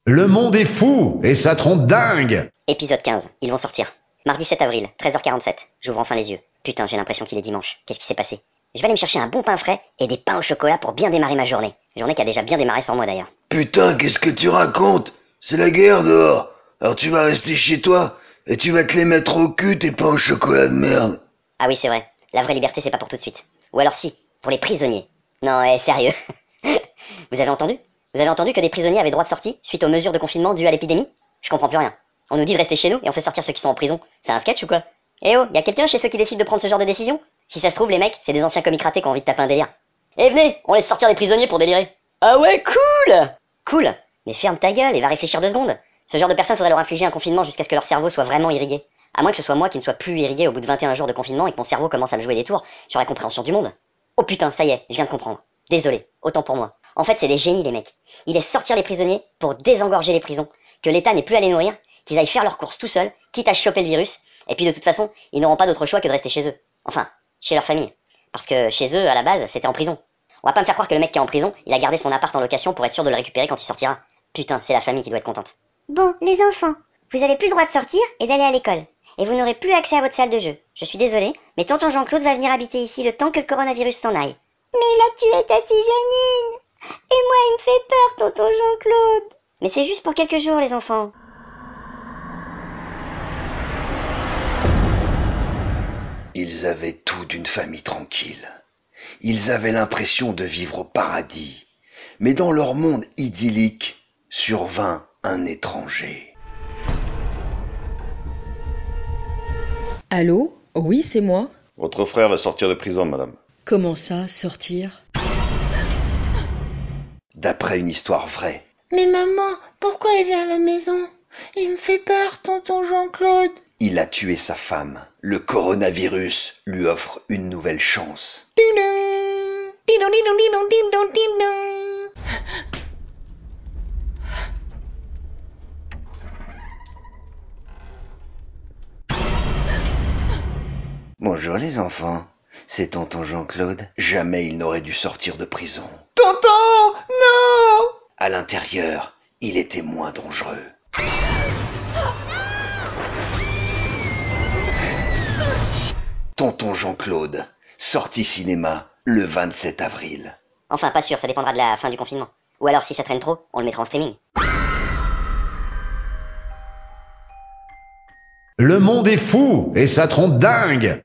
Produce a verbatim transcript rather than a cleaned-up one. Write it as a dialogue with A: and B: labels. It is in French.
A: Le monde est fou et ça trompe dingue.
B: Épisode quinze, ils vont sortir. Mardi sept avril, treize heures quarante-sept. J'ouvre enfin les yeux. Putain, j'ai l'impression qu'il est dimanche. Qu'est-ce qui s'est passé? Je vais aller me chercher un bon pain frais et des pains au chocolat pour bien démarrer ma journée. Journée qui a déjà bien démarré sans moi d'ailleurs.
C: Putain, qu'est-ce que tu racontes? C'est la guerre dehors. Alors tu vas rester chez toi et tu vas te les mettre au cul tes pains au chocolat de merde.
B: Ah oui, c'est vrai. La vraie liberté, c'est pas pour tout de suite. Ou alors si, pour les prisonniers. Non, eh, sérieux. Vous avez entendu? Vous avez entendu que des prisonniers avaient droit de sortie suite aux mesures de confinement dues à l'épidémie? Je comprends plus rien. On nous dit de rester chez nous et on fait sortir ceux qui sont en prison. C'est un sketch ou quoi? Eh oh, y a quelqu'un chez ceux qui décident de prendre ce genre de décision? Si ça se trouve, les mecs, c'est des anciens comiques ratés qui ont envie de taper un délire. Eh venez, on laisse sortir les prisonniers pour délirer. Ah ouais, cool! Cool? Mais ferme ta gueule et va réfléchir deux secondes. Ce genre de personnes, faudrait leur infliger un confinement jusqu'à ce que leur cerveau soit vraiment irrigué. À moins que ce soit moi qui ne sois plus irrigué au bout de vingt et un jours de confinement et que mon cerveau commence à me jouer des tours sur la compréhension du monde. Oh putain, ça y est, je viens de comprendre. Désolé, autant pour moi. En fait, c'est des génies les mecs. Ils laissent sortir les prisonniers pour désengorger les prisons, que l'État n'ait plus à les nourrir, qu'ils aillent faire leurs courses tout seuls, quitte à choper le virus, et puis de toute façon, ils n'auront pas d'autre choix que de rester chez eux. Enfin, chez leur famille. Parce que chez eux, à la base, c'était en prison. On va pas me faire croire que le mec qui est en prison, il a gardé son appart en location pour être sûr de le récupérer quand il sortira. Putain, c'est la famille qui doit être contente.
D: Bon, les enfants, vous avez plus le droit de sortir et d'aller à l'école. Et vous n'aurez plus accès à votre salle de jeu. Je suis désolée, mais tonton Jean-Claude va venir habiter ici le temps que le coronavirus s'en aille. Mais il a tué Tati Janine. Et moi, il me fait peur, tonton Jean-Claude. Mais c'est juste pour quelques jours, les enfants.
C: Ils avaient tout d'une famille tranquille. Ils avaient l'impression de vivre au paradis. Mais dans leur monde idyllique survint un étranger.
E: Allô? Oui, c'est moi.
F: Votre frère va sortir de prison, madame.
E: Comment ça, sortir?
C: D'après une histoire vraie.
D: Mais maman, pourquoi il vient à la maison? Il me fait peur, tonton Jean-Claude.
C: Il a tué sa femme. Le coronavirus lui offre une nouvelle chance. Bonjour les enfants, c'est tonton Jean-Claude. Jamais il n'aurait dû sortir de prison. Tonton, non! À l'intérieur, il était moins dangereux. Tonton Jean-Claude, sortie cinéma le vingt-sept avril.
B: Enfin, pas sûr, ça dépendra de la fin du confinement. Ou alors, si ça traîne trop, on le mettra en streaming.
A: Le monde est fou et ça trompe dingue.